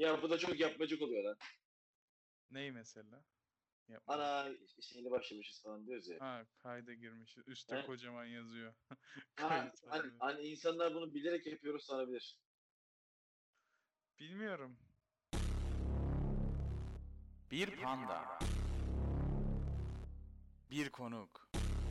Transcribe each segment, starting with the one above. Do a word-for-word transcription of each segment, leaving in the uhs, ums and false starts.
Ya bu da çok yapmacık oluyor lan. Ney mesela? Yapmacık. Ana şeyini başlamışız falan diyoruz ya. Ha, kayda girmiş. Üstte He? kocaman yazıyor. Ha, Kayıt hani, halinde. hani insanlar bunu bilerek yapıyoruz sanabilir. Bilmiyorum. Bir panda, bir konuk.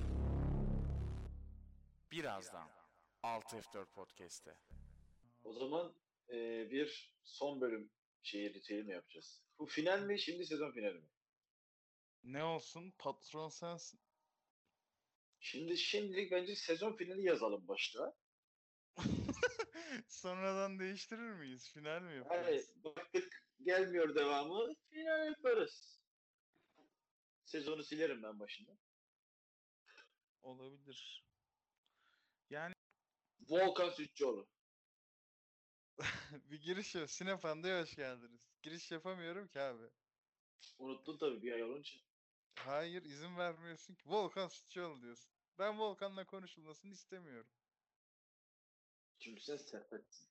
Birazdan Alt F dört Podcast'te. O zaman e, bir son bölüm şeyi ritüeli mi yapacağız? Bu final mi? Şimdi sezon finali mi? Ne olsun? Patron sensin. Şimdi şimdilik bence sezon finali yazalım başta. Sonradan değiştirir miyiz? Final mi Yani yaparız? baktık gelmiyor devamı. Final yaparız. Sezonu silerim ben başında. Olabilir. Yani Volkan Sütçüoğlu. bir giriş yap. Sinefanda'ya hoş geldiniz. Giriş yapamıyorum ki abi. Unuttun tabii bir ay olunca. Hayır, izin vermiyorsun ki. Volkan Sütçüoğlu diyorsun. Ben Volkan'la konuşulmasını istemiyorum. Çünkü sen sepetsin.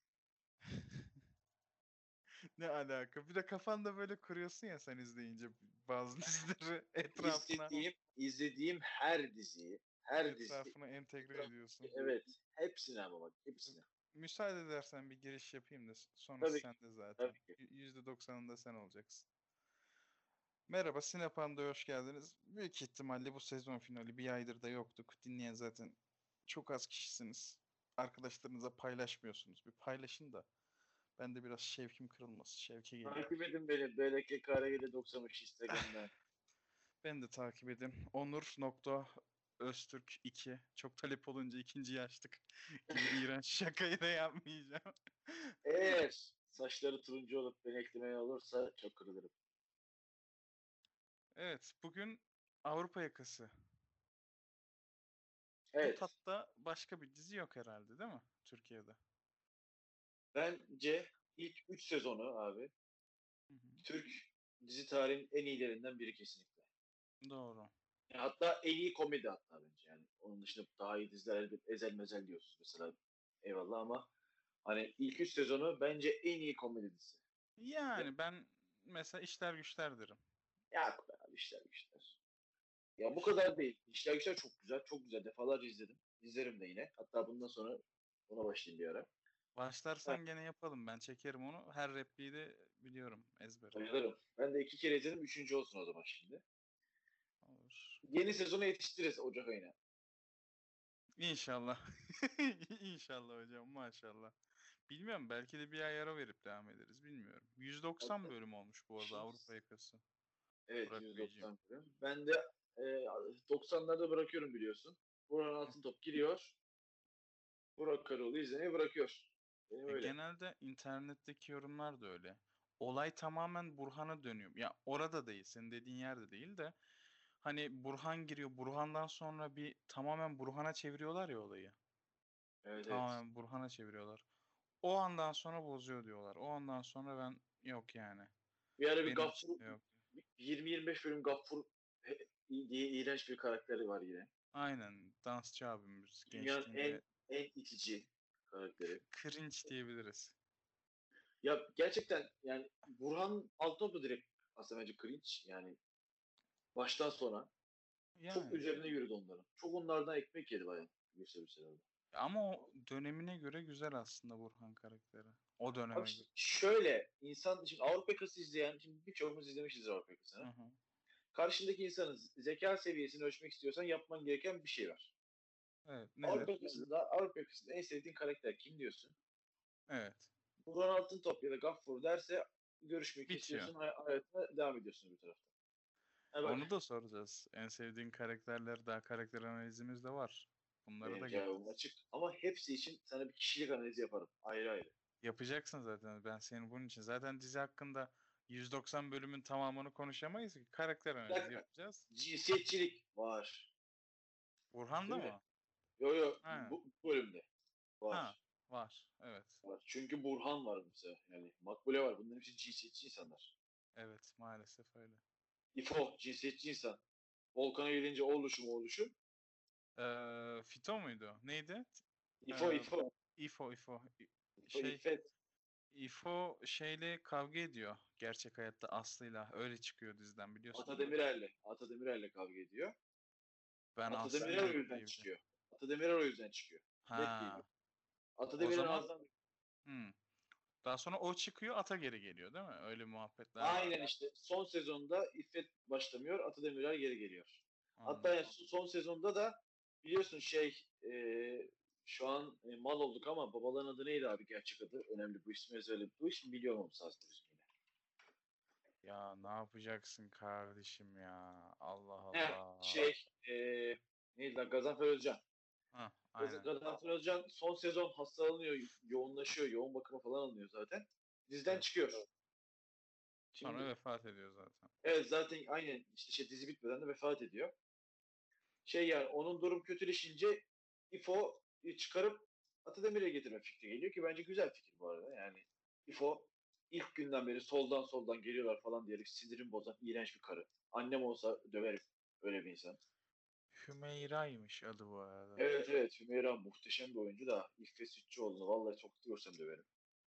Ne alaka? Bir de kafanda böyle kuruyorsun ya sen izleyince bazı dizileri etrafına İzlediğim, izlediğim her diziyi, her diziyi, etrafına entegre ediyorsun. evet, hepsine ama bak, hepsine. Müsaade edersen bir giriş yapayım da sonrası Tabii ki, sende zaten. tabii ki. Y- yüzde doksanında sen olacaksın. Merhaba, Sinepanda'ya hoş geldiniz. Büyük ihtimalle bu sezon finali bir aydır da yoktuk. Dinleyen zaten çok az kişisiniz. Arkadaşlarınıza paylaşmıyorsunuz. Bir paylaşın da ben de biraz şevkim kırılmasın. Şevke geleyim. Takip edin beni, B L K K R G doksan üç Instagram'dan. Ben de takip edin. Onur nokta Öztürk iki. Çok talep olunca ikinciyi açtık. Gibi iğrenç şakayı da yapmayacağım. Eğer saçları turuncu olup beni eklemeye olursa çok kırılırım. Evet, bugün Avrupa Yakası. Bu Evet, tatta başka bir dizi yok herhalde, değil mi? Türkiye'de. bence ilk üç sezonu abi, Hı hı. Türk dizi tarihinin en iyilerinden biri kesinlikle. Doğru. Ya hatta en iyi komedi hatta bence yani. Onun dışında daha iyi diziler elbette Ezel Mezel diyorsunuz mesela. Eyvallah ama hani ilk üç sezonu bence en iyi komedi dizisi. Ya, Yani ben mesela işler güçler derim. ya be abi işler güçler. Ya bu kadar değil. İşler güçler çok güzel. Çok güzel. Defalarca izledim. İzlerim de yine. Hatta bundan sonra ona başlayayım bir ara. Ha, Başlarsan gene yapalım. Ben çekerim onu. Her repliği de biliyorum ezbere. bayılırım. Ben de iki kere izledim. Üçüncü olsun o zaman şimdi. Olur. Yeni sezonu yetiştiririz Ocak ayına. İnşallah. İnşallah hocam, maşallah. Bilmiyorum, belki de bir ay ara verip devam ederiz. Bilmiyorum. yüz doksan Hatta bölüm olmuş bu arada şimdi Avrupa Yakası. evet Burak Beyciğim. yüz doksan bölüm. Ben de e, doksanlarda bırakıyorum biliyorsun. Burhan Altıntop giriyor. Burak Karoğlu izlemeyi bırakıyor. Benim E, öyle. genelde internetteki yorumlar da öyle. Olay tamamen Burhan'a dönüyor. Ya orada değil, senin dediğin yerde değil de hani Burhan giriyor. Burhan'dan sonra bir tamamen Burhan'a çeviriyorlar ya olayı. Evet evet. Tamamen Burhan'a çeviriyorlar. O andan sonra bozuyor diyorlar. O andan sonra ben yok yani. Bir ara bir Benim için Gaffur de yok. yirmi yirmi beş bölüm Gaffur he- diye iğrenç bir karakteri var yine. Aynen, dansçı abimiz Dünyanın en gençliğinde en itici karakteri. cringe diyebiliriz. Ya gerçekten yani Burhan Altıntop da direkt aslında bence cringe. Yani baştan sona çok Yani üzerine yürüdü onların. Çok onlardan ekmek yedi bayağı. Gülse Birsel'de. ama o dönemine göre güzel aslında Burhan karakteri. O Abi döneme işte göre. şöyle insan şimdi Avrupa Yakası izleyen şimdi birçoğumuz izlemişiz Avrupa Hı Yakası'nı. hı. Karşındaki insanın zeka seviyesini ölçmek istiyorsan yapman gereken bir şey var. Evet, Avrupa nedir? Yakası'nda Avrupa Yakası'nda en sevdiğin karakter kim diyorsun? Evet. Burhan Altıntop ya da Gaffur derse görüşmeyi Bitiyor. kesiyorsun hay- hayatına devam ediyorsun bir taraftan. Ha Onu bak da soracağız. En sevdiğin karakterler, daha karakter analizimiz de var. Bunları benim da cevabım geleceğiz. açık. Ama hepsi için sana bir kişilik analizi yaparım. Ayrı ayrı. Yapacaksın zaten. Ben senin bunun için. Zaten dizi hakkında yüz doksan bölümün tamamını konuşamayız ki. Karakter Bir analizi dakika. yapacağız. Cinsiyetçilik var. Burhan'da Değil mi? mı? Yo yo Ha. bu, bu bölümde Ha. var. Var. Evet. Var. Çünkü Burhan var mesela. Yani Makbule var. Bunların hepsi cinsiyetçi insanlar. Evet. Maalesef öyle. İfo cinsiyetçi insan. Volkan'a gelince oluşum oluşum. Ee, Fito muydu? Neydi? İfo Ee, İfo. İfo İfo. İ- İfo Şey İffet. İfo şeyle kavga ediyor gerçek hayatta Aslı'yla. Öyle çıkıyor diziden biliyorsun Ata değil mi? Demirer'le. Ata Demirer'le kavga ediyor. Ben Ata Aslı Demirer o değil yüzden diye biliyorum. çıkıyor. Ata Demirer o yüzden çıkıyor. Net bilgi. Ha. Ata O Demirer'in zaman ağzından hmm. Daha sonra o çıkıyor, Ata geri geliyor değil mi? Öyle muhabbetler var. aynen işte son sezonda İffet başlamıyor. Ata Demirer geri geliyor. Hatta Anladım. yani son sezonda da biliyorsun şey e, şu an e, mal olduk ama babaların adı neydi abi gerçek adı? Önemli bu ismi özellikle. Bu ismi biliyor olmamız lazım bizim yine. Ya ne yapacaksın kardeşim ya? Allah Heh, Allah. şey e, neydi lan Gazanfer Özcan. Ha, Gaz- aynen. Gazanfer Özcan son sezon hastalanıyor, yoğunlaşıyor, yoğun bakıma falan alınıyor zaten. Diziden Evet. çıkıyor. Sonra Şimdi vefat ediyor zaten. evet zaten aynen işte şey, dizi bitmeden de vefat ediyor. Şey yani onun durum kötüleşince İfo çıkarıp Atademir'e getirme fikri geliyor ki bence güzel fikir bu arada. Yani İfo ilk günden beri soldan soldan geliyorlar falan diyerek sinirim bozan iğrenç bir karı. Annem olsa döverim öyle bir insan. Hümeyra'ymış adı bu arada. Evet evet Hümeyra muhteşem bir oyuncu da İffet Sütçüoğlu'nu vallahi çok görsem döverim.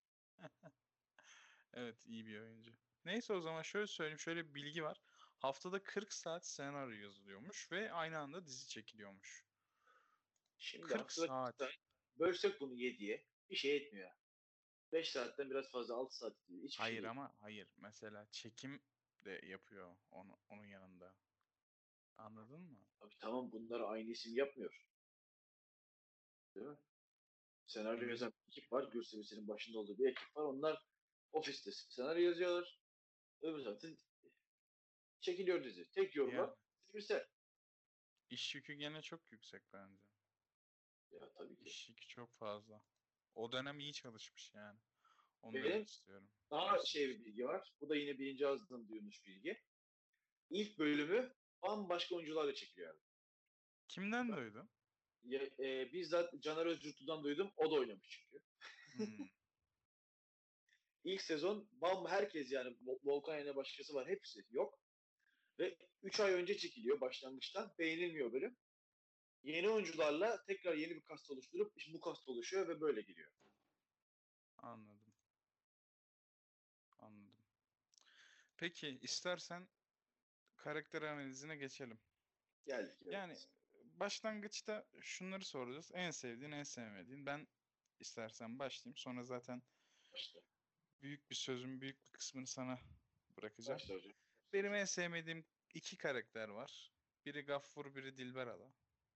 Evet, iyi bir oyuncu. Neyse o zaman şöyle söyleyeyim. Şöyle bir bilgi var. Haftada kırk saat senaryo yazılıyormuş ve aynı anda dizi çekiliyormuş. Şimdi kırk haftada kırk saat. saat bölsek bunu yediye bir şey etmiyor. beş saatten biraz fazla altı saat değil. Hiçbir şey Hayır değil. ama hayır. Mesela çekim de yapıyor onu, onun yanında. Anladın mı? Abi tamam bunları aynı isim yapmıyor. Değil mi? Senaryo Ne yazan bileyim. bir ekip var. Gürseviç'in başında olduğu bir ekip var. Onlar ofiste senaryo yazıyorlar. Öbür tarafta çekiliyor dizi. Tek Yani yorumlar bize. iş yükü gene çok yüksek bence. Ya tabii ki. İş yükü çok fazla. O dönem iyi çalışmış yani. Onu demek Benim istiyorum. daha şey Gürsel. bir bilgi var. Bu da yine birinci ağızdan duyulmuş bilgi. İlk bölümü bambaşka oyuncularla çekiliyor abi. Kimden Ben duydun? ya, e, bizzat Caner Özgürtü'den duydum. O da oynamış çünkü. Hmm, İlk sezon bam herkes yani Volkan yerine başkası var. Hepsi yok. Ve üç ay önce çekiliyor başlangıçtan. Beğenilmiyor bölüm. Yeni oyuncularla tekrar yeni bir kast oluşturup işte bu kast oluşuyor ve böyle geliyor. anladım. Anladım. Peki istersen karakter analizine geçelim. Geldik Yani evet. başlangıçta şunları soracağız. En sevdiğin, en sevmediğin. Ben istersen başlayayım. Sonra zaten Başla. büyük bir sözün büyük bir kısmını sana bırakacağım. Başla hocam. Başla Benim hocam. en sevmediğim iki karakter var. Biri Gaffur, biri Dilberala.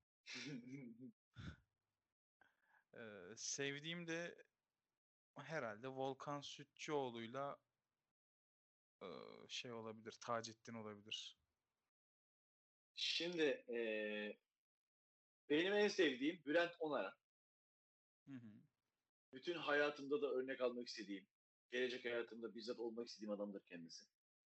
Ee, sevdiğim de herhalde Volkan Sütçüoğlu'yla e, şey olabilir, Taceddin olabilir. Şimdi eee, benim en sevdiğim Bülent Onaran. Hı hı. Bütün hayatımda da örnek almak istediğim, gelecek hayatımda bizzat olmak istediğim adamdır kendisi.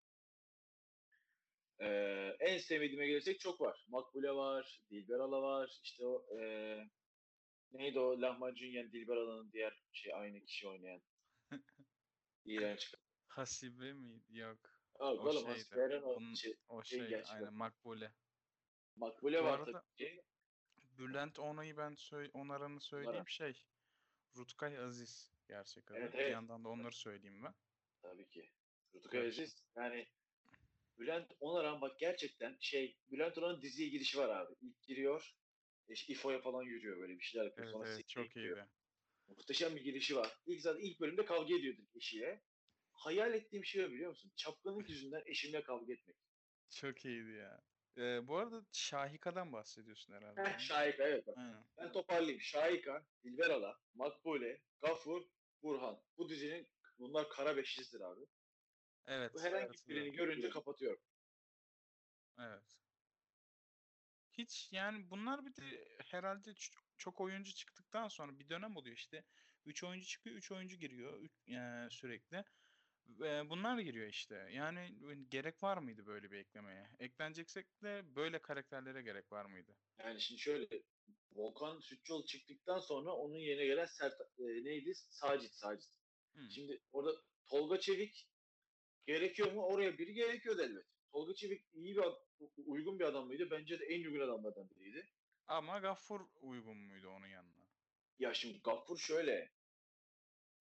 Eee, en sevmediğime gelirsek çok var. Makbule var, Dilberala var. İşte o eee, neydi o lahmacun yiyen Dilberala'nın diğer şey aynı kişi oynayan. İğrenç. Hasibe mi? Yok. Yok O oğlum Hasip şeydi. Eren o Bunun, şey, o şeyin şey gerçek adı. aynen Makbule. Makbule Bu var tabii arada ki. Bülent Onay'ı ben söyle, onaranı Onlara. söyleyeyim şey. Rutkay Aziz gerçek Evet adı. Bir evet. yandan da onları söyleyeyim ben. Tabii ki. Rutkay Karışım. Aziz. Yani Bülent Onaran bak gerçekten şey Bülent Onaran'ın diziye girişi var abi. İlk giriyor. İşte İFO'ya falan yürüyor böyle bir şeyler yapıyor. Evet Sonra evet sete çok gidiyor. iyiydi. Muhteşem bir girişi var. İlk zaten ilk bölümde kavga ediyordu eşiyle. Hayal ettiğim şey o biliyor musun? Çapkınlık yüzünden eşimle kavga etmek. Çok iyiydi ya. Ee, bu arada Şahika'dan bahsediyorsun herhalde Heh, değil mi? Şahika evet bak. Aynen. Ben toparlayayım. Şahika, Dilberala, Makbule, Gafur, Burhan. Bu dizinin bunlar kara beşlisidir abi. Bu Evet herhangi birini katılıyorum. görünce kapatıyorum. Evet. Hiç yani bunlar bir de herhalde ç- çok oyuncu çıktıktan sonra bir dönem oluyor işte. Üç oyuncu çıkıyor, üç oyuncu giriyor üç- eee, sürekli. Ve bunlar giriyor işte. Yani gerek var mıydı böyle bir eklemeye? Ekleneceksek de böyle karakterlere gerek var mıydı? Yani şimdi şöyle Volkan Sütçüoğlu çıktıktan sonra onun yerine gelen Sert e, neydi? Sacit Sacit. Hmm, Şimdi orada Tolga Çevik gerekiyor mu? Oraya biri gerekiyordu elbet. Tolga Çevik iyi bir ad- uygun bir adam mıydı? Bence de en uygun adamlardan biriydi. ama Gaffur uygun muydu onun yanına? Ya şimdi Gaffur şöyle.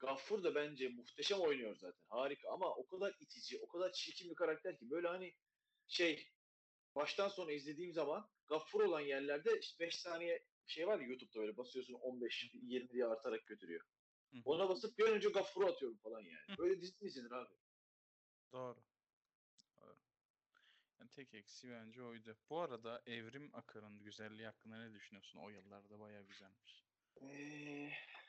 Gaffur da bence muhteşem oynuyor zaten. Harika ama o kadar itici, o kadar çirkin bir karakter ki böyle hani şey baştan sona izlediğim zaman Gaffur olan yerlerde işte beş saniye şey var ya YouTube'da öyle basıyorsun on beş yirmi diye artarak götürüyor. Hı hı. Ona basıp bir an önce Gaffur'u atıyorum falan yani. Hı. Böyle dizi mi izlenir abi? Doğru. Doğru. Yani tek eksiği bence oydu. Bu arada Evrim Akar'ın güzelliği hakkında ne düşünüyorsun? O yıllarda bayağı güzelmiş. Ee,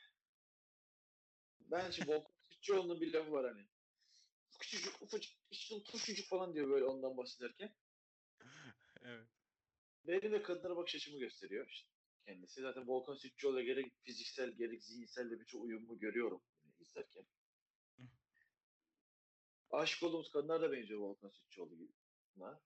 ben şimdi Volkan Sütçüoğlu'nun bir lafı var hani. Küçücük, ufacık, işte turşucuk falan diyor böyle ondan bahsederken. Evet. Benim de kadınlara bakış açımı gösteriyor işte kendisi. Zaten Volkan Sütçüoğlu'yla gerek fiziksel gerek zihinsel de birçok uyumu görüyorum izlerken. Aşık olduğumuz kadınlar da benziyor Volkan Sütçüoğlu gibi. Buna.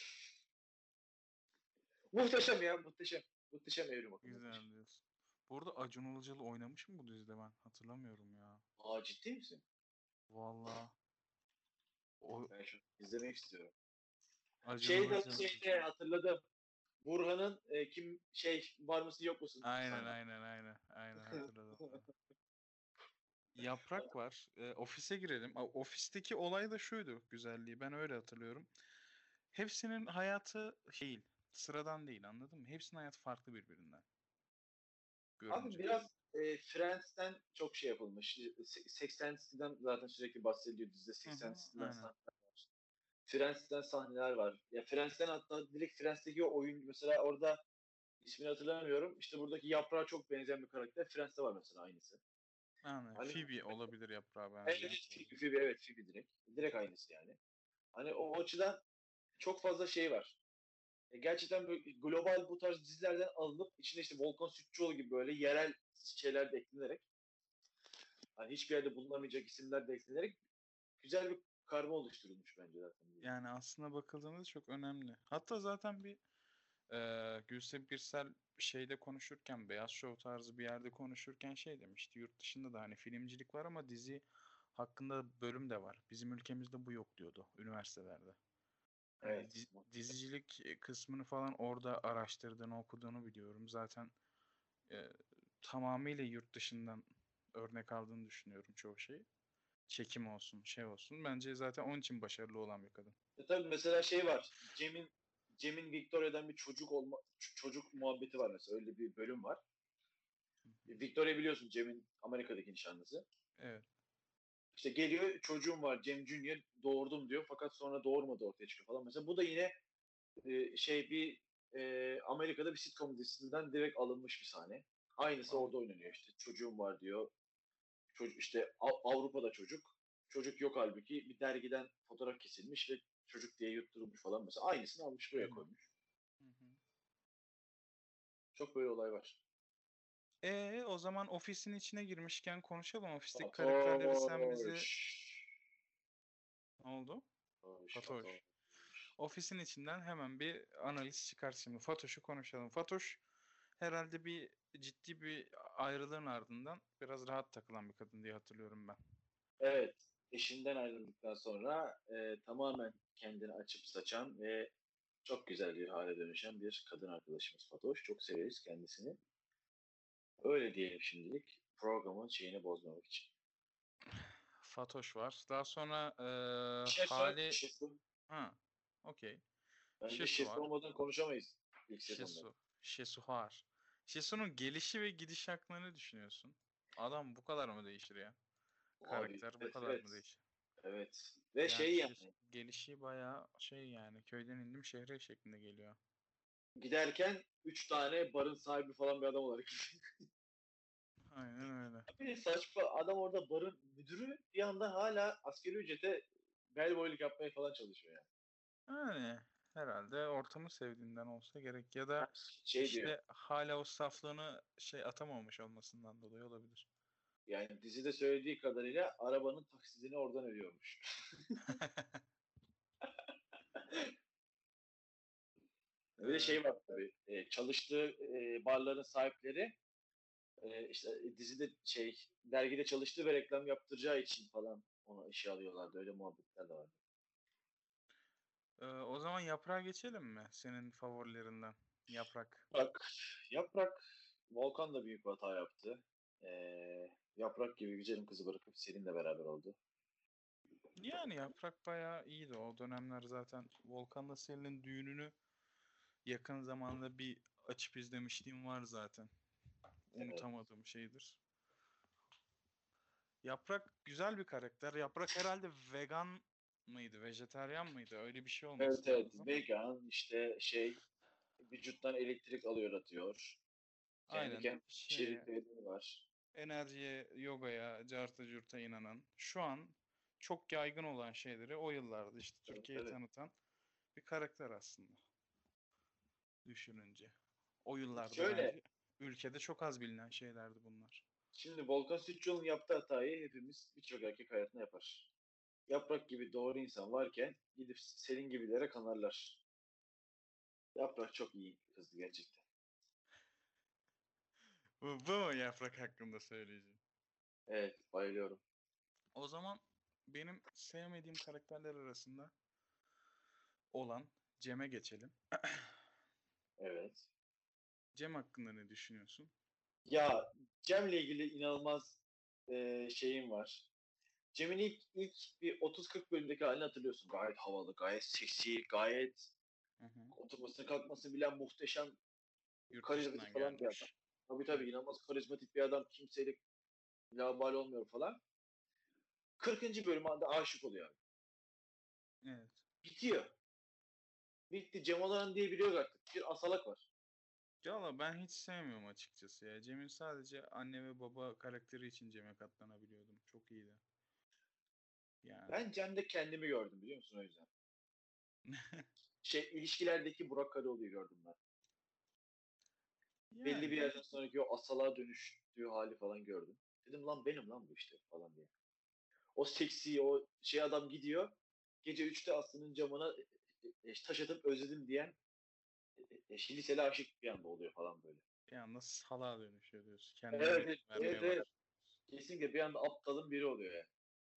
Muhteşem ya muhteşem. Muhteşem evrim akımı. Güzel diyorsun. Bu arada Acun Ilıcalı oynamış mı bu dizide ben? Hatırlamıyorum ya. Aa ciddi misin? Vallahi o Ben şu izlemek istiyorum. Acun Şey de Ilıcalı. şeyde hatırladım. Burhan'ın e, kim şey var mısın yok musun Aynen sahne. aynen aynen. Aynen hatırladım. Yaprak var. E, ofise girelim. A, Ofisteki olay da şuydu güzelliği. Ben öyle hatırlıyorum. Hepsinin hayatı değil. Sıradan değil anladın mı? Hepsinin hayatı farklı birbirinden. Abi Görünce. biraz e, Friends'ten çok şey yapılmış. Se- seksen City'den zaten sürekli bahsediliyor dizide. Hı seksen hı, City'den aynen. sahneler var. Friends'ten sahneler var. Ya Friends'ten hatta direkt Friends'teki o oyun mesela orada ismini hatırlamıyorum. İşte buradaki Yaprağa çok benzeyen bir karakter. Friends'te var mesela aynısı. Aynen. Hani Phoebe olabilir yaprağa evet, benzeyen. Phoebe, Phoebe, evet Phoebe direkt. Direkt aynısı yani. Hani o açıdan çok fazla şey var. E, gerçekten böyle global bu tarz dizilerden alınıp içine işte Volkan Sütçüoğlu gibi böyle yerel şeyler de eklenerek hani hiçbir yerde bulunamayacak isimler de eklenerek güzel bir karma oluşturulmuş bence zaten. Yani aslında bakıldığında çok önemli. Hatta zaten bir e, Gülse Birsel şeyde konuşurken Beyaz Show tarzı bir yerde konuşurken şey demişti. Yurt dışında da hani filmcilik var ama dizi hakkında bölüm de var. Bizim ülkemizde bu yok diyordu üniversitelerde. Hani Evet. di- dizicilik e, kısmını falan orada araştırdığını, okuduğunu biliyorum. Zaten e, tamamıyla yurt dışından örnek aldığını düşünüyorum çoğu şeyi. Çekim olsun, şey olsun. Bence zaten onun için başarılı olan bir kadın. E tabii mesela şey var. Cem'in Cem'in Victoria'dan bir çocuk olma ç- çocuk muhabbeti var mesela. Öyle bir bölüm var. E, Victoria biliyorsun Cem'in Amerika'daki nişanlısı. Evet. İşte geliyor çocuğum var Cem Junior doğurdum diyor fakat sonra doğurmadı ortaya çıkıyor falan. Mesela bu da yine e, şey bir e, Amerika'da bir sitcom dizisinden direkt alınmış bir sahne. Aynısı Vallahi. orada oynanıyor işte. Çocuğum var diyor. Çocuk işte Av- Avrupa'da çocuk. Çocuk yok halbuki bir dergiden fotoğraf kesilmiş ve çocuk diye yutturulmuş falan mesela. Aynısını almış Hı buraya hı. koymuş. Hı hı. Çok böyle olay var. E o zaman ofisin içine girmişken konuşalım. Ofisteki karakterleri sen Fatoş. bize ne oldu? Fatoş, Fatoş. Fatoş. Ofisin içinden hemen bir analiz çıkar şimdi. Fatoş'u konuşalım. Fatoş herhalde bir ciddi bir ayrılığın ardından biraz rahat takılan bir kadın diye hatırlıyorum ben. Evet, eşinden ayrıldıktan sonra e, tamamen kendini açıp saçan ve çok güzel bir hale dönüşen bir kadın arkadaşımız Fatoş. Çok severiz kendisini. Öyle diyelim şimdilik programın şeyini bozmamak için. Fatoş var. Daha sonra eee Şesu, Hale Şesu. ha okey. Bence Şesu Şesu var. olmadan konuşamayız ilk sezonda. Şesu. Şesu var. Şesu'nun gelişi ve gidiş hakkında ne düşünüyorsun? Adam bu kadar mı değişir ya? Abi Karakter bu evet kadar mı evet. değişir? Evet. Ve Yani şey Şesu, yani gelişi bayağı şey yani köyden indim şehre şeklinde geliyor. giderken üç tane barın sahibi falan bir adam olarak Aynen öyle. Abi saçma adam orada barın müdürü bir yandan hala askeri ücrete bellboyluk yapmaya falan çalışıyor yani. Yani herhalde ortamı sevdiğinden olsa gerek ya da Şey diyor işte hala o saflığını şey atamamış olmasından dolayı olabilir. yani dizide söylediği kadarıyla arabanın taksidini oradan ödüyormuş. Bir de Ee, şey var tabii e, çalıştığı e, barların sahipleri e, işte e, dizide şey dergide çalıştığı ve reklam yaptıracağı için falan onu işe alıyorlardı. Öyle muhabbetler de vardı. e, o zaman yaprağa geçelim mi? Senin favorilerinden. Yaprak. Bak Yaprak Volkan da büyük bir hata yaptı. Ee, Yaprak gibi güzelim kızı bırakıp Selin'le beraber oldu. Yani Yaprak bayağı iyiydi. O dönemler zaten Volkan'la Selin'in düğününü yakın zamanda bir açıp izlemişliğim var zaten. Evet. Unutamadığım şeydir. Yaprak güzel bir karakter. Yaprak herhalde vegan mıydı, vejetaryen mıydı? Öyle bir şey Evet olması evet. lazım. Vegan işte şey vücuttan elektrik alıyor atıyor. Kendi Aynen kendi şeye, içerikleri var. enerjiye, yogaya, carta curta inanan, şu an çok yaygın olan şeyleri o yıllarda işte Evet, Türkiye'yi evet. tanıtan bir karakter aslında düşününce. O yıllarda Şöyle bence ülkede çok az bilinen şeylerdi bunlar. şimdi Volkan Sütçüoğlu'nun yaptığı hatayı hepimiz birçok erkek hayatında yapar. Yaprak gibi doğru insan varken gidip Selin gibilere kanarlar. Yaprak çok iyi kızdı gerçekten. Bu, bu mu Yaprak hakkında söyleyeceğim? Evet bayılıyorum. O zaman benim sevmediğim karakterler arasında olan Cem'e geçelim. Evet. Cem hakkında ne düşünüyorsun? Ya Cem'le ilgili inanılmaz e, şeyim var. Cem'in ilk, ilk bir otuz kırk bölümdeki halini hatırlıyorsun. Gayet havalı, gayet seksi, gayet Hı hı. oturmasını kalkmasını bilen muhteşem, Yurt karizmatik dışından falan bir adam. gelmiş. Tabii Evet. tabii inanılmaz karizmatik bir adam. Kimseyle labal olmuyor falan. kırkıncı bölümde aşık oluyor abi. Evet. Bitiyor. Bitti. Cem Olaran diye biri yok artık. Bir asalak var. Valla ben hiç sevmiyorum açıkçası ya. Cem'in sadece anne ve baba karakteri için Cem'e katlanabiliyordum. Çok iyiydi. Yani. Ben Cem'de kendimi gördüm biliyor musun o yüzden. Şey ilişkilerdeki Burak Karaoğlu'yu gördüm ben. Belli bir Yani. yerden sonraki o asalığa dönüştüğü hali falan gördüm. Dedim lan benim lan bu işte falan diye. O seksi o şey adam gidiyor. Gece üçte Aslı'nın camına e, e, taş atıp özledim diyen e, e, liseli aşık bir anda oluyor falan böyle. Bir anda salağa dönüşüyor diyorsun. Kendine Evet önem evet evet. vermeye Evet. başlıyor. Kesinlikle bir anda aptalın biri oluyor yani.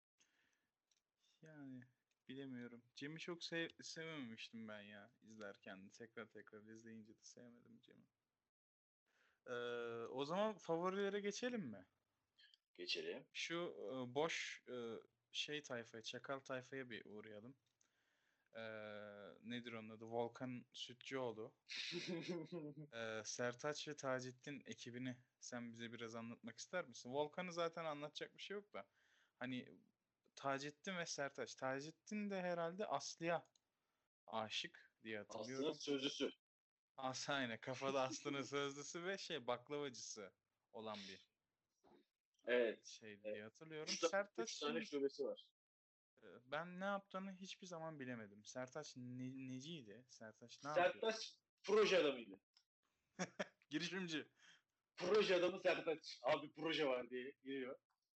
Yani bilemiyorum. Cem'i çok sev sevememiştim ben ya izlerken. Tekrar tekrar izleyince de sevmedim Cem'i. Ee, O zaman favorilere geçelim mi? Geçelim. Şu e, boş e, şey tayfaya, çakal tayfaya bir uğrayalım. Ee, Nedir onun adı? Volkan Sütçüoğlu. Ee, Sertaç ve Taceddin ekibini sen bize biraz anlatmak ister misin? Volkan'ı zaten anlatacak bir şey yok da. Hani Taceddin ve Sertaç. Taceddin de herhalde Aslı'ya aşık diye Aslı'nın hatırlıyorum. sözlüsü. As aynen kafada Aslı'nın sözlüsü ve şey baklavacısı olan bir Evet. şeydi evet. diye hatırlıyorum. Üç, ta- üç tane Sertaç'ın şubesi var. e, ben ne yaptığını hiçbir zaman bilemedim. Sertaç ne, neciydi? Sertaç ne yapıyor? Sertaç proje adamıydı. Girişimci. Proje adamı Sertaç. Abi proje var diye giriyor.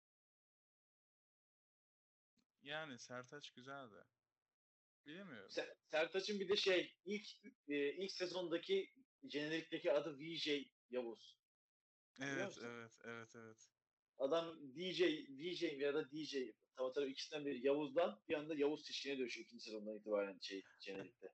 Yani Sertaç güzeldi. Bilemiyorum. Se- Sertaç'ın bir de şey ilk e, ilk sezondaki jenerikteki adı V J Yavuz. Biliyor Evet, musun? evet, evet, evet. Adam D J, V J ya da D J tam hatırlamıyorum ikisinden biri Yavuz'dan bir anda Yavuz Seçkin'e dönüşüyor ikinci sezondan itibaren şey jenerikte.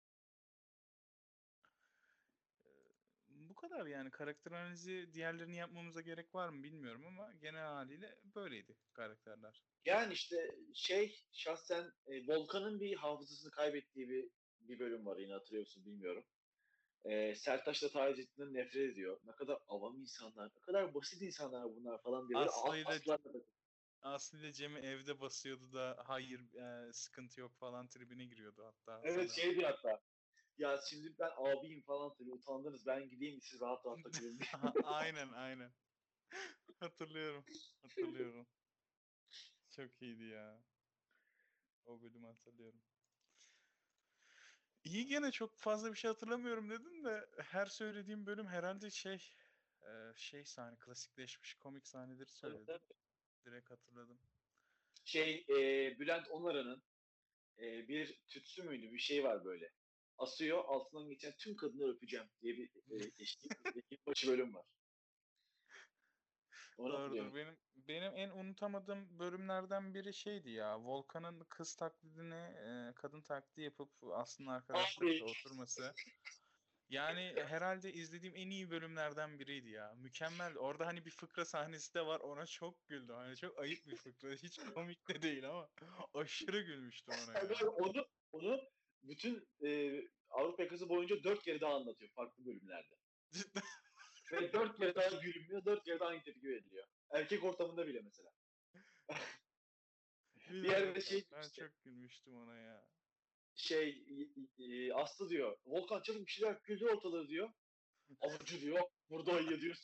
Bu kadar yani karakter analizi diğerlerini yapmamıza gerek var mı bilmiyorum ama genel haliyle böyleydi karakterler. Yani işte şey şahsen e, Volkan'ın bir hafızasını kaybettiği bir bir bölüm var yine hatırlıyor musun bilmiyorum. E, Sertaç'la Taceddin'den nefret ediyor. Ne kadar avam insanlar, ne kadar basit insanlar bunlar falan diye böyle Aslı as ile aslarla da Aslı ile Cem'i evde basıyordu da hayır e, sıkıntı yok falan tribine giriyordu hatta evet hatırlar. şey diyor hatta. Ya şimdi ben abiyim falan tabii utandınız ben gideyim siz rahat rahat takılın diye. Aynen aynen. Hatırlıyorum. Hatırlıyorum. Çok iyiydi ya. O bölümü hatırlıyorum. İyi gene çok fazla bir şey hatırlamıyorum dedim de her söylediğim bölüm herhalde şey e, şey sahne klasikleşmiş komik sahneleri Tabii, söyledin. tabii. Direkt hatırladım. Şey e, Bülent Onaran'ın e, bir tütsü müydü bir şey var böyle. Asıyor altından geçen tüm kadınları öpeceğim diye bir e, eşlik yılbaşı bölüm var. Onu Doğrudur. hatırlıyorum. Benim benim en unutamadığım bölümlerden biri şeydi ya. Volkan'ın kız taklidini e, kadın taklidi yapıp aslında Abi arkadaşlarıyla oturması. Yani herhalde izlediğim en iyi bölümlerden biriydi ya. Mükemmel. Orada hani bir fıkra sahnesi de var. Ona çok güldüm. Hani çok ayıp bir fıkra. Hiç komik de değil ama aşırı gülmüştüm ona Yani ya. onu onu bütün e, Avrupa yakası boyunca dört kere daha anlatıyor farklı bölümlerde. Cidden Ve dört kere daha gülünmüyor, dört kere daha aynı tepki veriliyor. Erkek ortamında bile mesela. Bir bilmiyorum yerde ben. şey Ben işte çok gülmüştüm ona ya. şey e, Aslı diyor. Volkan çabuk bir şeyler güldür ortalığı diyor. Avucu diyor. Burada ayı diyor.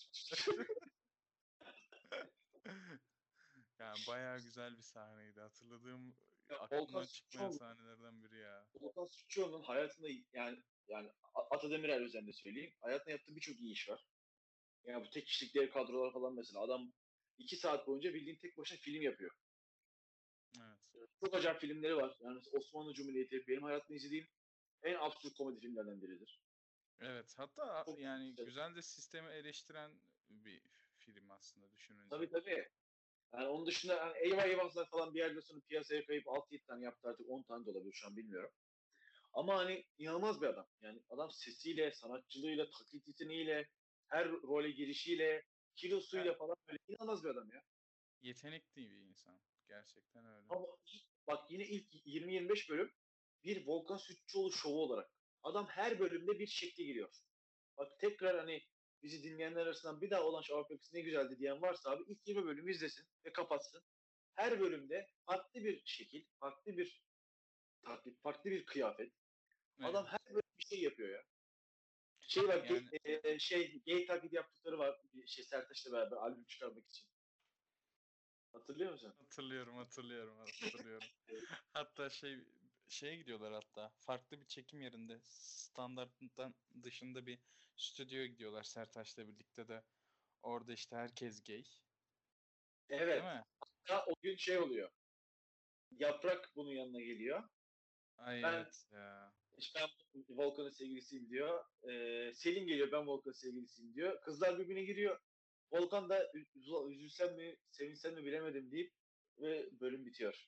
Yani bayağı güzel bir sahneydi. Hatırladığım Ya, Volkan aklımdan çıkmayan Sütçüoğlu, sahnelerden biri ya. Volkan Sütçüoğlu'nun hayatında yani yani A- Ata Demirer özelinde söyleyeyim. Hayatında yaptığı birçok iyi iş var. Yani bu tek kişilik dev kadrolar falan mesela. Adam iki saat boyunca bildiğin tek başına film yapıyor. Evet. Çok acayip filmleri var. Yani Osmanlı Cumhuriyeti benim hayatımda izlediğim en absürt komedi filmlerden biridir. Evet. Hatta Çok yani güzel. güzel de sistemi eleştiren bir film aslında düşününce. Tabii tabii. Yani onun dışında yani eyvah eyvahlar falan bir yerden sonra piyasaya kayıp altı yedi tane yaptı, artık on tane de olabilir şu an bilmiyorum. Ama hani inanılmaz bir adam. Yani adam sesiyle, sanatçılığıyla, taklit yeteneğiyle, her role girişiyle, Ya, kilosuyla falan böyle inanılmaz bir adam ya. yetenekli bir insan. Gerçekten öyle. Ama ilk- bak yine ilk yirmi yirmi beş bölüm bir Volkan Sütçüoğlu şovu olarak. Adam her bölümde bir şekli giriyor. Bak tekrar hani bizi dinleyenler arasından bir daha olan şu Avrupa Yakası ne güzeldi diyen varsa abi ilk yirmi bölümü izlesin ve kapatsın. Her bölümde farklı bir şekil, farklı bir taklit, farklı bir kıyafet. Adam her Evet. bölüm bir şey yapıyor ya. Şey var, Yani ge- e, şey gay taklidi yaptıkları var. Bir şey Sertaç'la beraber albüm çıkarmak için. Hatırlıyor musun? hatırlıyorum, hatırlıyorum, hatırlıyorum. Hatta şey şeye gidiyorlar hatta. Farklı bir çekim yerinde standarttan dışında bir stüdyoya gidiyorlar Sertaç'la birlikte de. Orada işte herkes gay. Değil Evet. mi? Ha, o gün şey oluyor. Yaprak bunun yanına geliyor. Ay Ben evet ya. işte ben Volkan'ın sevgilisiyim diyor. Ee, Selin geliyor, ben Volkan'ın sevgilisiyim diyor. Kızlar birbirine giriyor. Volkan da "Üz- üzülsem mi, sevinsem mi bilemedim" deyip ve bölüm bitiyor.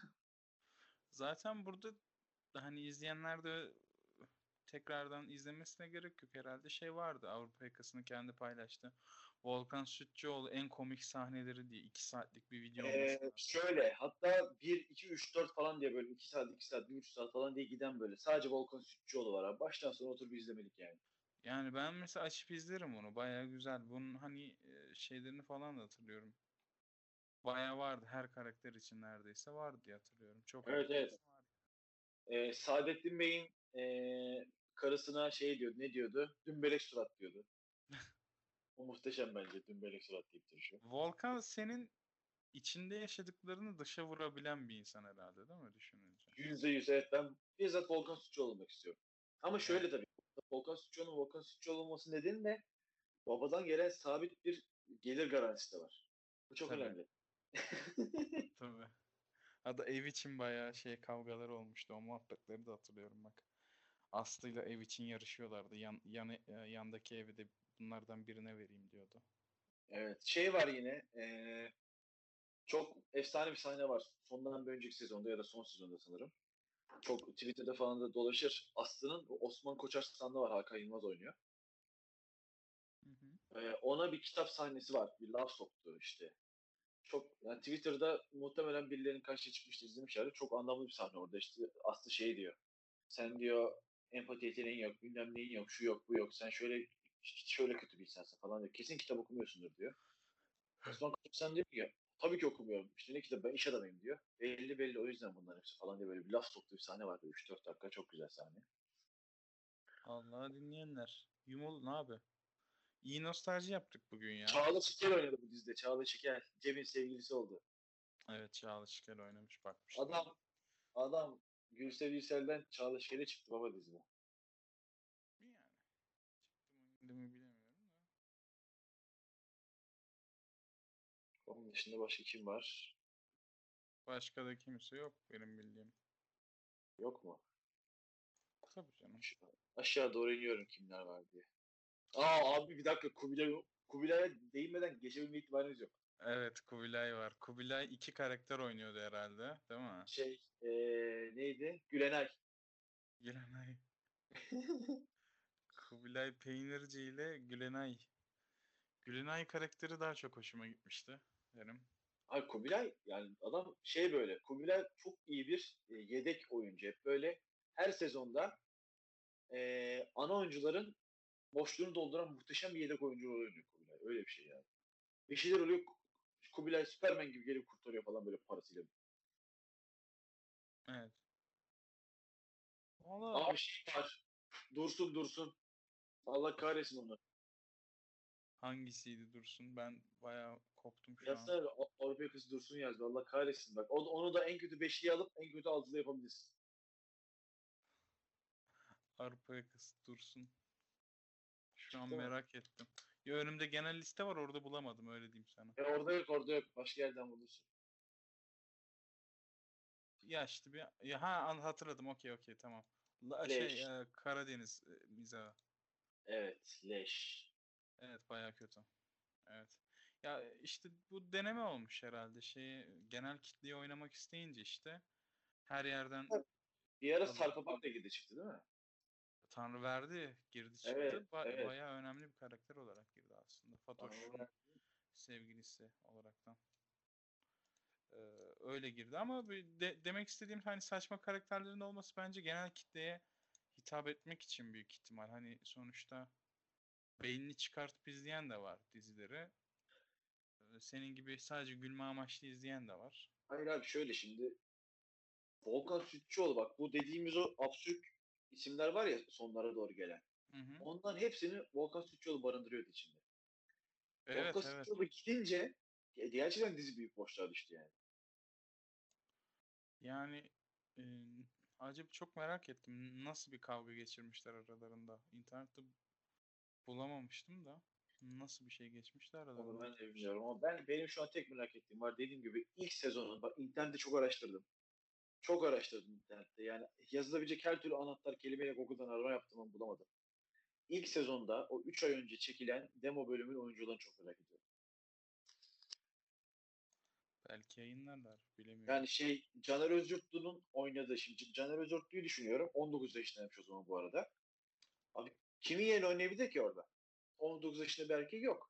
Zaten burada hani izleyenler de tekrardan izlemesine gerek yok herhalde. Şey vardı Avrupa Yakası'nı kendi paylaştı. Volkan Sütçüoğlu en komik sahneleri diye iki saatlik bir video Ee, olması lazım. şöyle hatta bir, iki, üç, dört falan diye böyle iki saat, iki saat, bir buçuk saat falan diye giden böyle. Sadece Volkan Sütçüoğlu var abi. Baştan sona oturup izlemelik yani. Yani ben mesela açıp izlerim onu. Bayağı güzel. Bunun hani e, şeylerini falan da hatırlıyorum. Bayağı vardı. Her karakter için neredeyse vardı diye hatırlıyorum. Çok Evet evet. enteresan var. Ee, Saadettin Bey'in ee, karısına şey diyordu, ne diyordu? Dümbelek surat diyordu. O muhteşem bence, dümbelek surat deyip duruşu. Volkan senin içinde yaşadıklarını dışa vurabilen bir insan herhalde değil mi düşününce? Yüzde yüz evet, ben bizzat Volkan Sütçüoğlu olmak istiyorum. Ama şöyle Evet. tabii, Volkan Sütçüoğlu'nun Volkan Sütçüoğlu olması nedeni de babadan gelen sabit bir gelir garantisi de var. Bu çok Tabii. önemli. Tabii. Hatta ev için bayağı şey kavgaları olmuştu. O muhabbetleri de hatırlıyorum bak. Aslı'yla ev için yarışıyorlardı. Yan, yan, e, yandaki evi de bunlardan birine vereyim diyordu. Evet. Şey var yine, ee, çok efsane bir sahne var. Sondan bir önceki sezonda ya da son sezonda sanırım. Çok Twitter'da falan da dolaşır. Aslı'nın Osman Koçarslan'da var. Hakan Yılmaz oynuyor. Hı hı. Ee, ona bir kitap sahnesi var. Bir laf soktu işte. Çok yani Twitter'da muhtemelen birilerinin karşıya çıkmıştı, izlemişlerdi. Çok anlamlı bir sahne orada işte. Aslı şey diyor. Sen diyor empati yeteneğin yok, bilmem neyin yok, şu yok, bu yok. Sen şöyle şöyle kötü bir insansın falan diyor. Kesin kitap okumuyorsundur diyor. Osman Koçarslan diyor ki tabii ki okumuyorum. İşte ne kitap, ben iş adamıyım diyor. Belli belli, o yüzden bunlar hepsi falan diye böyle bir laf soktuğu bir sahne vardı. üç dört dakika çok güzel sahne. Allah dinleyenler. Yumul ne abi? İyi nostalji yaptık bugün ya. Çağla Şikel oynadı bu dizide. Çağla Şikel. Cem'in sevgilisi oldu. Evet Çağla Şikel oynamış bakmıştım. Adam adam Gülsev Yüksel'den Çağla Şikel'e çıktı baba dizide. Yani. Çıktı mı indi mi bilemiyorum da. Onun dışında başka kim var? Başka da kimse yok benim bildiğim. Yok mu? Tabii canım. Şu, aşağı doğru iniyorum kimler var diye. Aa abi bir dakika, Kubilay Kubilay'a değinmeden geçebilme ihtimalimiz yok. Evet Kubilay var. Kubilay iki karakter oynuyordu herhalde, değil mi? Şey ee, neydi? Gülenay. Girenay. Kubilay Peynirci ile Gülenay. Gülenay karakteri daha çok hoşuma gitmişti benim. Ay Kubilay yani adam şey böyle. Kubilay çok iyi bir e, yedek oyuncu. Hep böyle her sezonda e, ana oyuncuların boşluğunu dolduran muhteşem bir yedek oyuncu oynuyor Kubilay. Öyle bir şey yani. Bir şeyler oluyor. Kubilay Superman gibi gelip kurtarıyor falan böyle parasıyla. Evet. Valla Aa bir şey var. Dursun dursun. Allah kahretsin onu. hangisiydi Dursun? Ben bayağı koptum şu an. Yazsana A- Avrupa Yakası Dursun yazdı. Allah kahretsin bak. O- Onu da en kötü beşliğe alıp en kötü altılı yapabilirsin. Avrupa Yakası Dursun. Şu an Çıktı mı? merak ettim. Ya önümde genel liste var, orada bulamadım, öyle diyeyim sana. E orada yok orada yok. Başka yerden bulursun. Ya işte bir ya ha an- hatırladım. Okey okey tamam. La, şey Leş. e, Karadeniz e, mizahı. Evet. Leş. Evet bayağı kötü. Evet. Ya işte bu deneme olmuş herhalde. Şeyi genel kitleyi oynamak isteyince işte her yerden Bir ara alıp Sarpapak da girdi çıktı değil mi? Tanrı verdi, girdi Evet. çıktı. Ba- Evet. bayağı önemli bir karakter olarak girdi aslında. Fatoş'un Tanrılar. sevgilisi olaraktan. Ee, öyle girdi ama bir de- demek istediğim hani saçma karakterlerin olması bence genel kitleye hitap etmek için büyük ihtimal. Hani sonuçta beynini çıkartıp izleyen de var dizileri. Ee, senin gibi sadece gülme amaçlı izleyen de var. Hayır abi şöyle şimdi Volkan Sütçüoğlu bak bu dediğimiz o absürt isimler var ya sonlara doğru gelen. Hı hı. Onların hepsini Volkan Sütçüoğlu barındırıyordu içinde. Volkan Evet evet. Sütçüoğlu gidince ge- gerçekten dizi büyük boşluğa düştü yani. Yani e, acaba çok merak ettim. Nasıl bir kavga geçirmişler aralarında? İnternette bulamamıştım da. Nasıl bir şey geçmişler Onu aralarında? ben de bilmiyorum ama ben benim şu an tek merak ettiğim var. Dediğim gibi ilk sezonu bak internette çok araştırdım. Çok araştırdım internette. Yani yazılabilecek her türlü anahtar kelimeyle Google'dan arama yaptım ama bulamadım. İlk sezonda o üç ay önce çekilen demo bölümün oyuncularını çok merak ediyorum. Belki yayınlarlar. Bilemiyorum. Yani şey Caner Özyurtlu'nun oynadığı şimdi Caner Özyurtlu'yu düşünüyorum. on dokuz yaşındaymış o zaman bu arada. Abi kimin yerine oynayabilir ki orada? on dokuz yaşında bir erkek yok.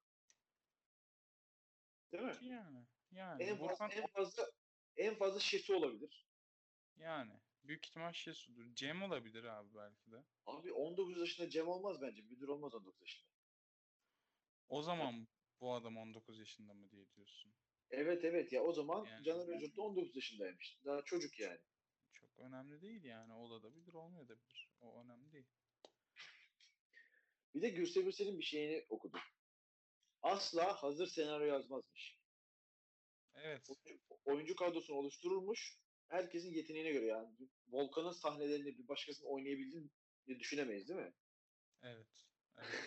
Değil mi? Yani. Yani. En fazla Volkan en fazla en fazla şişi olabilir. yani. Büyük ihtimal Şesu'dur. Cem olabilir abi belki de. Abi on dokuz yaşında Cem olmaz bence. Müdür olmaz on dokuz yaşında. O Yani, zaman bu adam on dokuz yaşında mı diye diyorsun. evet evet ya o zaman Yani Caner Özyurt da on dokuz yaşındaymış. Daha çocuk yani. çok önemli değil yani. Olabilir, olmayabilir. O önemli değil. Bir de Gürse Birsel'in bir şeyini okudum. Asla hazır senaryo yazmazmış. Evet. Oyuncu, oyuncu kadrosunu oluşturulmuş. Herkesin yeteneğine göre yani. Volkan'ın sahnelerini bir başkasının oynayabildiğini düşünemeyiz değil mi? Evet. Evet.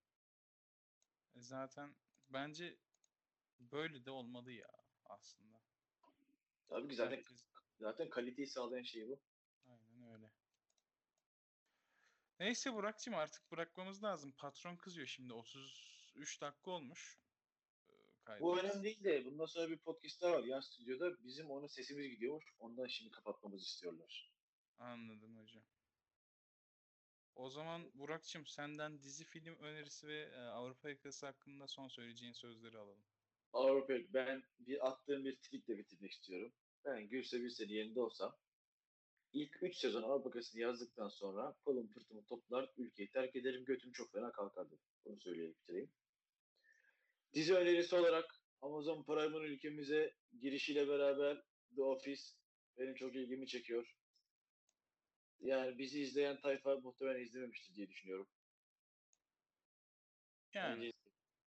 E zaten bence böyle de olmalı ya aslında. Tabii ki zaten Herkes zaten kaliteyi sağlayan şey bu. aynen öyle. Neyse Burak'cığım artık bırakmamız lazım. Patron kızıyor şimdi. otuz üç dakika olmuş e, Bu önemli kaydımız. değil de bundan sonra bir podcast daha var ya stüdyoda. Bizim onun sesimiz gidiyormuş. Ondan şimdi kapatmamızı istiyorlar. Anladım hocam. O zaman Burak'cığım senden dizi film önerisi ve e, Avrupa Yakası hakkında son söyleyeceğin sözleri alalım. Avrupa ben bir attığım bir tweetle bitirmek istiyorum. Ben Gürse Birsel'in yerinde olsam ilk üç sezon Avrupa Yakası'nı yazdıktan sonra pılım pırtımı toplar ülkeyi terk ederim götüm çok fena kalkardı. Bunu söyleyerek bitireyim. Dizi önerisi olarak Amazon Prime'ın ülkemize girişiyle beraber The Office benim çok ilgimi çekiyor. Yani bizi izleyen tayfa muhtemelen izlememiştir diye düşünüyorum. Yani Bence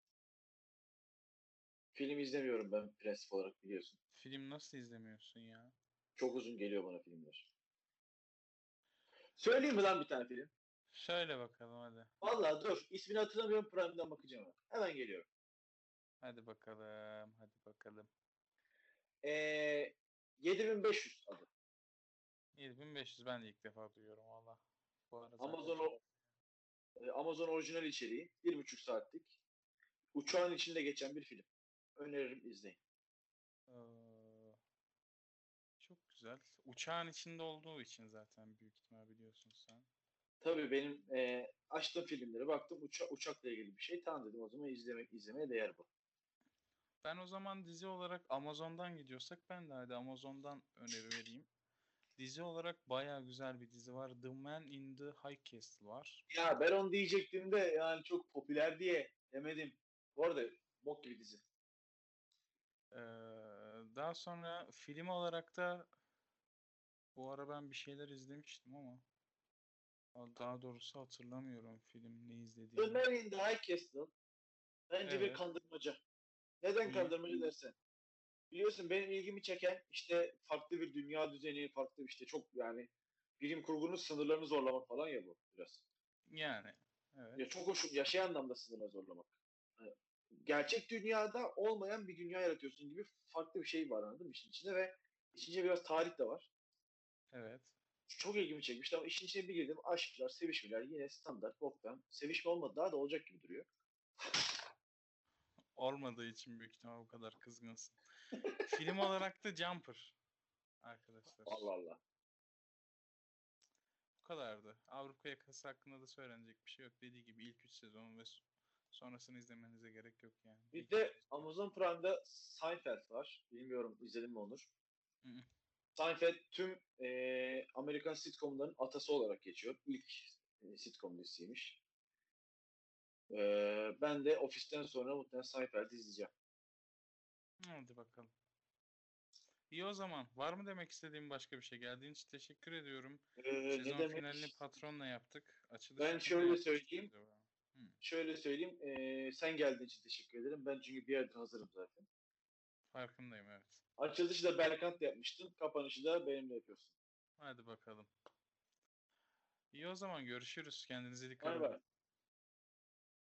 film izlemiyorum ben prensip olarak biliyorsun. film nasıl izlemiyorsun ya? Çok uzun geliyor bana filmler. Söyleyeyim mi lan bir tane film? Söyle bakalım hadi. Vallahi dur. İsmini hatırlamıyorum. Prime'den bakacağım. Hemen, hemen geliyorum. Hadi bakalım. Hadi bakalım. Ee, yedi bin beş yüz adı. yedi bin beş yüz ben de ilk defa duyuyorum valla. Bu ara zaten Amazon, çok. o- e, Amazon orijinal içeriği. Bir buçuk saatlik. Uçağın içinde geçen bir film. Öneririm izleyin. Ee, çok güzel. Uçağın içinde olduğu için zaten büyük ihtimal biliyorsun sen. Tabii benim e, açtığım filmlere baktım uça- uçakla ilgili bir şey. Tamam dedim o zaman izlemek izlemeye değer bu. Ben o zaman dizi olarak Amazon'dan gidiyorsak ben de hadi Amazon'dan öneri vereyim. Dizi olarak bayağı güzel bir dizi var. The Man in the High Castle var. Ya ben onu diyecektim de yani çok popüler diye demedim. Bu arada bok gibi dizi. Ee, Daha sonra film olarak da bu ara ben bir şeyler izlemiştim ama daha doğrusu hatırlamıyorum film ne The izlediğimi. Man in the High Castle bence bir Evet. kandırmaca. Neden Niye? kandırmaca dersen? Biliyorsun benim ilgimi çeken işte farklı bir dünya düzeni, farklı işte çok yani bilim kurgunun sınırlarını zorlamak falan ya bu biraz. Yani evet. Ya çok hoşum yaşayan anlamda sınırları zorlamak. Yani gerçek dünyada olmayan bir dünya yaratıyorsun gibi farklı bir şey var anladın mı işin içinde ve içince biraz tarih de var. Evet. Çok ilgimi çekmişti ama işin içine bir girdim. Aşklar, sevişmeler yine standart boktan. Sevişme olmadı daha da olacak gibi duruyor. Olmadığı için büyük ihtimal bu kadar kızgınsın. Film olarak da Jumper arkadaşlar. Allah Allah. Bu kadardı. Avrupa Yakası hakkında da söylenecek bir şey yok. Dediği gibi ilk üç sezon ve so- sonrasını izlemenize gerek yok yani. Bir İlk üç de sezon. Amazon Prime'da Seinfeld var. Bilmiyorum izledin mi Onur? Hı hı. Seinfeld tüm e, Amerikan sitcomların atası olarak geçiyor. İlk e, sitcom dizisiymiş. E, ben de ofisten sonra muhtemelen Seinfeld'i izleyeceğim. Hadi bakalım. İyi o zaman. Var mı demek istediğim başka bir şey? Geldiğin için teşekkür ediyorum. E, ne Sezon demek? finalini patronla yaptık. Açılışı Ben kimle şöyle yapmıştık söyleyeyim. acaba? Hı. Şöyle söyleyeyim. E, sen geldiğin için teşekkür ederim. Ben çünkü bir yerden hazırım zaten. Farkındayım evet. Açılışı da Berkant yapmıştın. Kapanışı da benimle yapıyorsun. Hadi bakalım. İyi o zaman görüşürüz. Kendinize dikkat Bay edin. bay.